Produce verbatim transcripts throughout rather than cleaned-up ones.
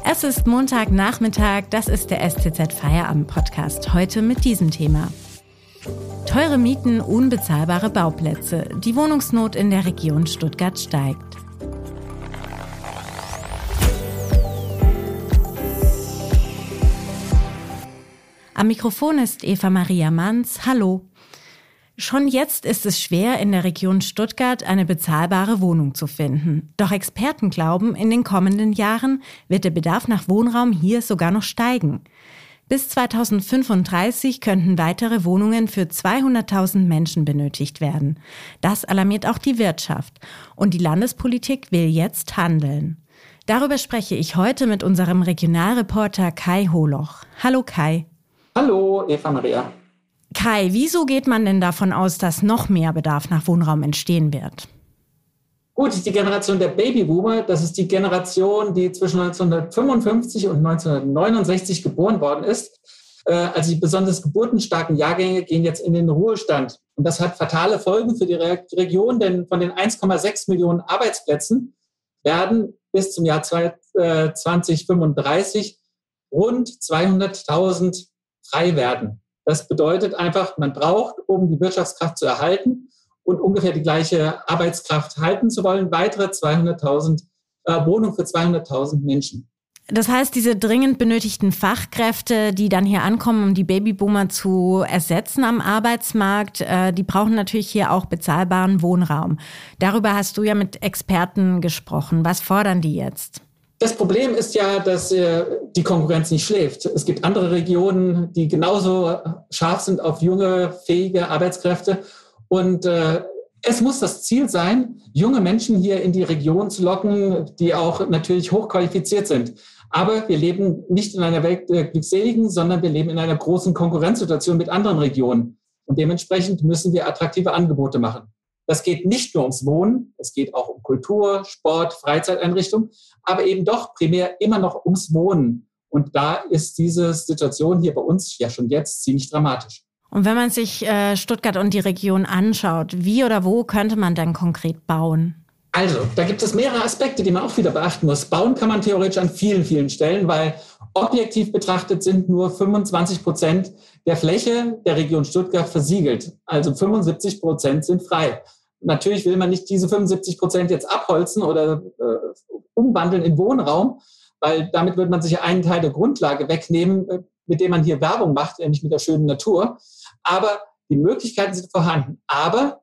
Es ist Montagnachmittag, das ist der S T Z-Feierabend-Podcast. Heute mit diesem Thema. Teure Mieten, unbezahlbare Bauplätze. Die Wohnungsnot in der Region Stuttgart steigt. Am Mikrofon ist Eva Maria Manns. Hallo. Schon jetzt ist es schwer, in der Region Stuttgart eine bezahlbare Wohnung zu finden. Doch Experten glauben, in den kommenden Jahren wird der Bedarf nach Wohnraum hier sogar noch steigen. Bis zweitausendfünfunddreißig könnten weitere Wohnungen für zweihunderttausend Menschen benötigt werden. Das alarmiert auch die Wirtschaft. Und die Landespolitik will jetzt handeln. Darüber spreche ich heute mit unserem Regionalreporter Kai Holoch. Hallo Kai. Hallo Eva Maria. Kai, wieso geht man denn davon aus, dass noch mehr Bedarf nach Wohnraum entstehen wird? Gut, die Generation der Babyboomer, das ist die Generation, die zwischen neunzehnhundertfünfundfünfzig und neunzehnhundertneunundsechzig geboren worden ist. Also die besonders geburtenstarken Jahrgänge gehen jetzt in den Ruhestand. Und das hat fatale Folgen für die Region, denn von den eins Komma sechs Millionen Arbeitsplätzen werden bis zum Jahr zweitausendfünfunddreißig rund zweihunderttausend frei werden. Das bedeutet einfach, man braucht, um die Wirtschaftskraft zu erhalten und ungefähr die gleiche Arbeitskraft halten zu wollen, weitere zweihunderttausend äh, Wohnungen für zweihunderttausend Menschen. Das heißt, diese dringend benötigten Fachkräfte, die dann hier ankommen, um die Babyboomer zu ersetzen am Arbeitsmarkt, äh, die brauchen natürlich hier auch bezahlbaren Wohnraum. Darüber hast du ja mit Experten gesprochen. Was fordern die jetzt? Das Problem ist ja, dass äh, die Konkurrenz nicht schläft. Es gibt andere Regionen, die genauso scharf sind auf junge, fähige Arbeitskräfte. Und äh, es muss das Ziel sein, junge Menschen hier in die Region zu locken, die auch natürlich hochqualifiziert sind. Aber wir leben nicht in einer Welt der Glückseligen, sondern wir leben in einer großen Konkurrenzsituation mit anderen Regionen. Und dementsprechend müssen wir attraktive Angebote machen. Das geht nicht nur ums Wohnen, es geht auch um Kultur, Sport, Freizeiteinrichtungen, aber eben doch primär immer noch ums Wohnen. Und da ist diese Situation hier bei uns ja schon jetzt ziemlich dramatisch. Und wenn man sich äh, Stuttgart und die Region anschaut, wie oder wo könnte man dann konkret bauen? Also, da gibt es mehrere Aspekte, die man auch wieder beachten muss. Bauen kann man theoretisch an vielen, vielen Stellen, weil objektiv betrachtet sind nur fünfundzwanzig Prozent der Fläche der Region Stuttgart versiegelt. Also fünfundsiebzig Prozent sind frei. Natürlich will man nicht diese fünfundsiebzig Prozent jetzt abholzen oder äh, umwandeln in Wohnraum, weil damit wird man sich einen Teil der Grundlage wegnehmen, äh, mit dem man hier Werbung macht, nämlich mit der schönen Natur. Aber die Möglichkeiten sind vorhanden. Aber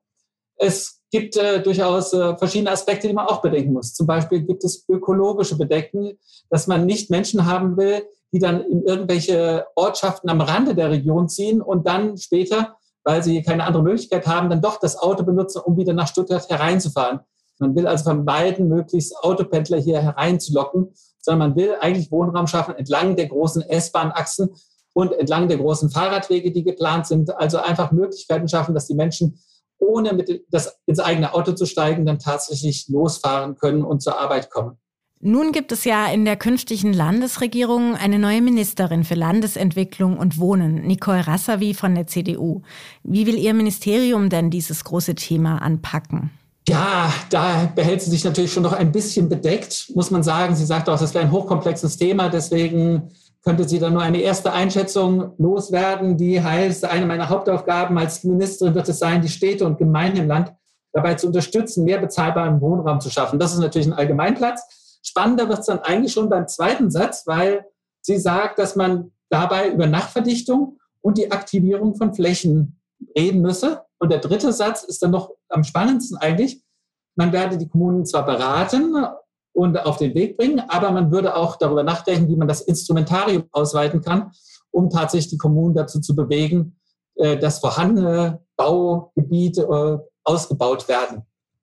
es gibt äh, durchaus äh, verschiedene Aspekte, die man auch bedenken muss. Zum Beispiel gibt es ökologische Bedenken, dass man nicht Menschen haben will, die dann in irgendwelche Ortschaften am Rande der Region ziehen und dann später, weil sie keine andere Möglichkeit haben, dann doch das Auto benutzen, um wieder nach Stuttgart hereinzufahren. Man will also vermeiden, möglichst Autopendler hier hereinzulocken, sondern man will eigentlich Wohnraum schaffen entlang der großen S-Bahn-Achsen und entlang der großen Fahrradwege, die geplant sind. Also einfach Möglichkeiten schaffen, dass die Menschen, ohne mit das ins eigene Auto zu steigen, dann tatsächlich losfahren können und zur Arbeit kommen. Nun gibt es ja in der künftigen Landesregierung eine neue Ministerin für Landesentwicklung und Wohnen, Nicole Rassawy von der C D U. Wie will Ihr Ministerium denn dieses große Thema anpacken? Ja, da behält sie sich natürlich schon noch ein bisschen bedeckt, muss man sagen. Sie sagt auch, das wäre ein hochkomplexes Thema, deswegen könnte sie dann nur eine erste Einschätzung loswerden, die heißt, eine meiner Hauptaufgaben als Ministerin wird es sein, die Städte und Gemeinden im Land dabei zu unterstützen, mehr bezahlbaren Wohnraum zu schaffen. Das ist natürlich ein Allgemeinplatz. Spannender wird es dann eigentlich schon beim zweiten Satz, weil sie sagt, dass man dabei über Nachverdichtung und die Aktivierung von Flächen reden müsse. Und der dritte Satz ist dann noch am spannendsten eigentlich. Man werde die Kommunen zwar beraten und auf den Weg bringen, aber man würde auch darüber nachdenken, wie man das Instrumentarium ausweiten kann, um tatsächlich die Kommunen dazu zu bewegen, dass vorhandene Baugebiete ausgebaut werden.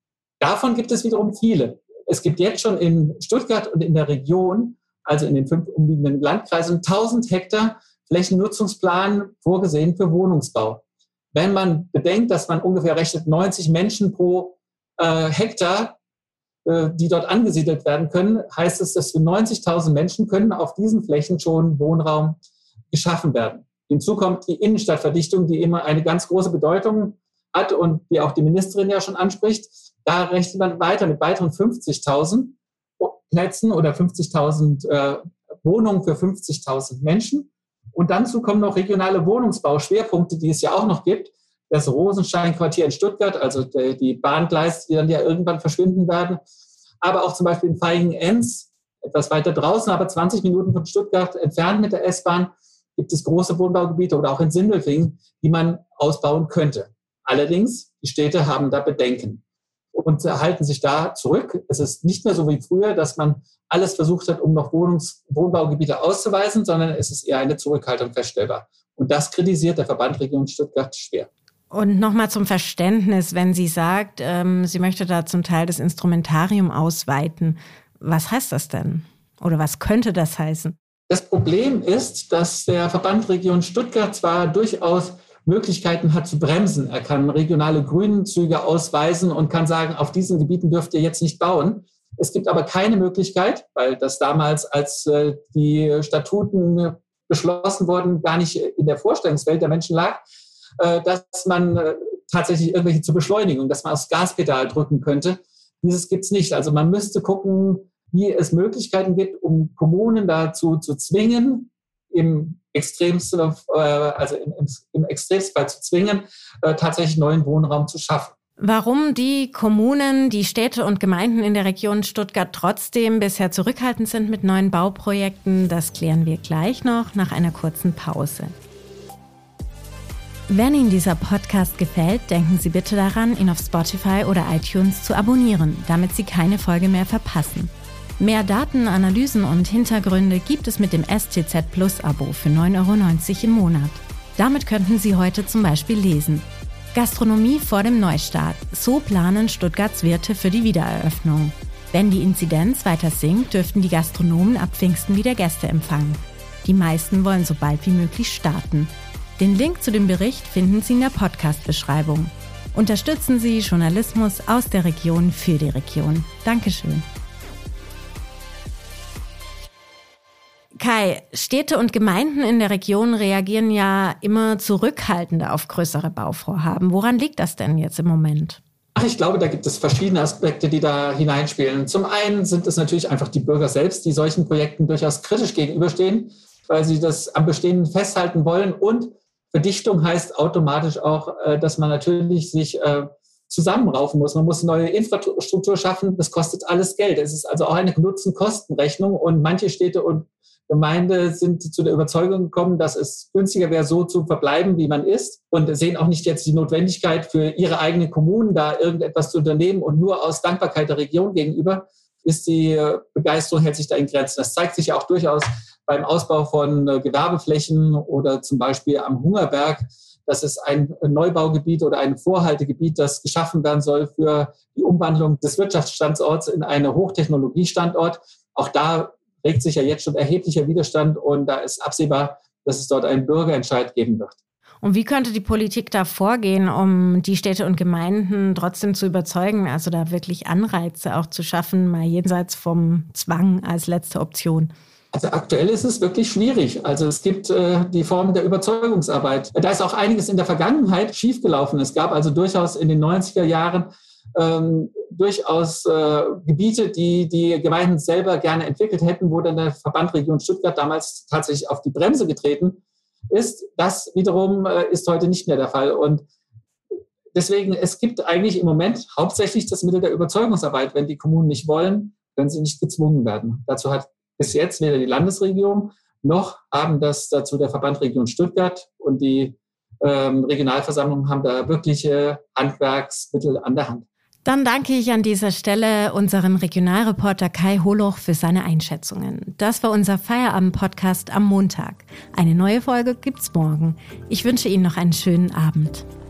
Davon gibt es wiederum viele. Es gibt jetzt schon in Stuttgart und in der Region, also in den fünf umliegenden Landkreisen, tausend Hektar Flächennutzungsplan vorgesehen für Wohnungsbau. Wenn man bedenkt, dass man ungefähr rechnet neunzig Menschen pro äh, Hektar, äh, die dort angesiedelt werden können, heißt es, dass für neunzigtausend Menschen können auf diesen Flächen schon Wohnraum geschaffen werden. Hinzu kommt die Innenstadtverdichtung, die immer eine ganz große Bedeutung hat und die auch die Ministerin ja schon anspricht. Da rechnet man weiter mit weiteren fünfzigtausend Plätzen oder fünfzigtausend äh, Wohnungen für fünfzigtausend Menschen. Und dazu kommen noch regionale Wohnungsbauschwerpunkte, die es ja auch noch gibt. Das Rosenstein-Quartier in Stuttgart, also die Bahngleise, die dann ja irgendwann verschwinden werden. Aber auch zum Beispiel in Vaihingen-Enz, etwas weiter draußen, aber zwanzig Minuten von Stuttgart entfernt mit der S-Bahn, gibt es große Wohnbaugebiete oder auch in Sindelfingen, die man ausbauen könnte. Allerdings, die Städte haben da Bedenken und halten sich da zurück. Es ist nicht mehr so wie früher, dass man alles versucht hat, um noch Wohnungs- Wohnbaugebiete auszuweisen, sondern es ist eher eine Zurückhaltung feststellbar. Und das kritisiert der Verband Region Stuttgart schwer. Und nochmal zum Verständnis, wenn sie sagt, ähm, sie möchte da zum Teil das Instrumentarium ausweiten. Was heißt das denn? Oder was könnte das heißen? Das Problem ist, dass der Verband Region Stuttgart zwar durchaus Möglichkeiten hat zu bremsen. Er kann regionale Grünzüge ausweisen und kann sagen, auf diesen Gebieten dürft ihr jetzt nicht bauen. Es gibt aber keine Möglichkeit, weil das damals, als äh, die Statuten beschlossen wurden, gar nicht in der Vorstellungswelt der Menschen lag, äh, dass man äh, tatsächlich irgendwelche zur Beschleunigung, dass man aufs Gaspedal drücken könnte. Dieses gibt es nicht. Also man müsste gucken, wie es Möglichkeiten gibt, um Kommunen dazu zu zwingen, im extremsten, äh, also im, im, im Extremfall zu zwingen, äh, tatsächlich neuen Wohnraum zu schaffen. Warum die Kommunen, die Städte und Gemeinden in der Region Stuttgart trotzdem bisher zurückhaltend sind mit neuen Bauprojekten, das klären wir gleich noch nach einer kurzen Pause. Wenn Ihnen dieser Podcast gefällt, denken Sie bitte daran, ihn auf Spotify oder iTunes zu abonnieren, damit Sie keine Folge mehr verpassen. Mehr Daten, Analysen und Hintergründe gibt es mit dem S T Z Plus Abo für neun Euro neunzig im Monat. Damit könnten Sie heute zum Beispiel lesen: Gastronomie vor dem Neustart. So planen Stuttgarts Wirte für die Wiedereröffnung. Wenn die Inzidenz weiter sinkt, dürften die Gastronomen ab Pfingsten wieder Gäste empfangen. Die meisten wollen so bald wie möglich starten. Den Link zu dem Bericht finden Sie in der Podcast-Beschreibung. Unterstützen Sie Journalismus aus der Region für die Region. Dankeschön. Kai, Städte und Gemeinden in der Region reagieren ja immer zurückhaltender auf größere Bauvorhaben. Woran liegt das denn jetzt im Moment? Ach, ich glaube, da gibt es verschiedene Aspekte, die da hineinspielen. Zum einen sind es natürlich einfach die Bürger selbst, die solchen Projekten durchaus kritisch gegenüberstehen, weil sie das am Bestehenden festhalten wollen. Und Verdichtung heißt automatisch auch, dass man natürlich sich zusammenraufen muss. Man muss neue Infrastruktur schaffen. Das kostet alles Geld. Es ist also auch eine Nutzen-Kosten-Rechnung. Und manche Städte und Gemeinde sind zu der Überzeugung gekommen, dass es günstiger wäre, so zu verbleiben, wie man ist, und sehen auch nicht jetzt die Notwendigkeit für ihre eigenen Kommunen, da irgendetwas zu unternehmen. Und nur aus Dankbarkeit der Region gegenüber ist die Begeisterung, hält sich da in Grenzen. Das zeigt sich ja auch durchaus beim Ausbau von Gewerbeflächen oder zum Beispiel am Hungerberg. Das ist ein Neubaugebiet oder ein Vorhaltegebiet, das geschaffen werden soll für die Umwandlung des Wirtschaftsstandorts in einen Hochtechnologiestandort. Auch da regt sich ja jetzt schon erheblicher Widerstand, und da ist absehbar, dass es dort einen Bürgerentscheid geben wird. Und wie könnte die Politik da vorgehen, um die Städte und Gemeinden trotzdem zu überzeugen, also da wirklich Anreize auch zu schaffen, mal jenseits vom Zwang als letzte Option? Also aktuell ist es wirklich schwierig. Also es gibt äh, die Form der Überzeugungsarbeit. Da ist auch einiges in der Vergangenheit schiefgelaufen. Es gab also durchaus in den neunziger Jahren ähm, durchaus äh, Gebiete, die die Gemeinden selber gerne entwickelt hätten, wo dann der Verband Region Stuttgart damals tatsächlich auf die Bremse getreten ist. Das wiederum äh, ist heute nicht mehr der Fall. Und deswegen, es gibt eigentlich im Moment hauptsächlich das Mittel der Überzeugungsarbeit. Wenn die Kommunen nicht wollen, können sie nicht gezwungen werden. Dazu hat bis jetzt weder die Landesregierung noch haben das dazu der Verband Region Stuttgart, und die ähm, Regionalversammlungen haben da wirkliche Handwerksmittel an der Hand. Dann danke ich an dieser Stelle unserem Regionalreporter Kai Holoch für seine Einschätzungen. Das war unser Feierabend-Podcast am Montag. Eine neue Folge gibt's morgen. Ich wünsche Ihnen noch einen schönen Abend.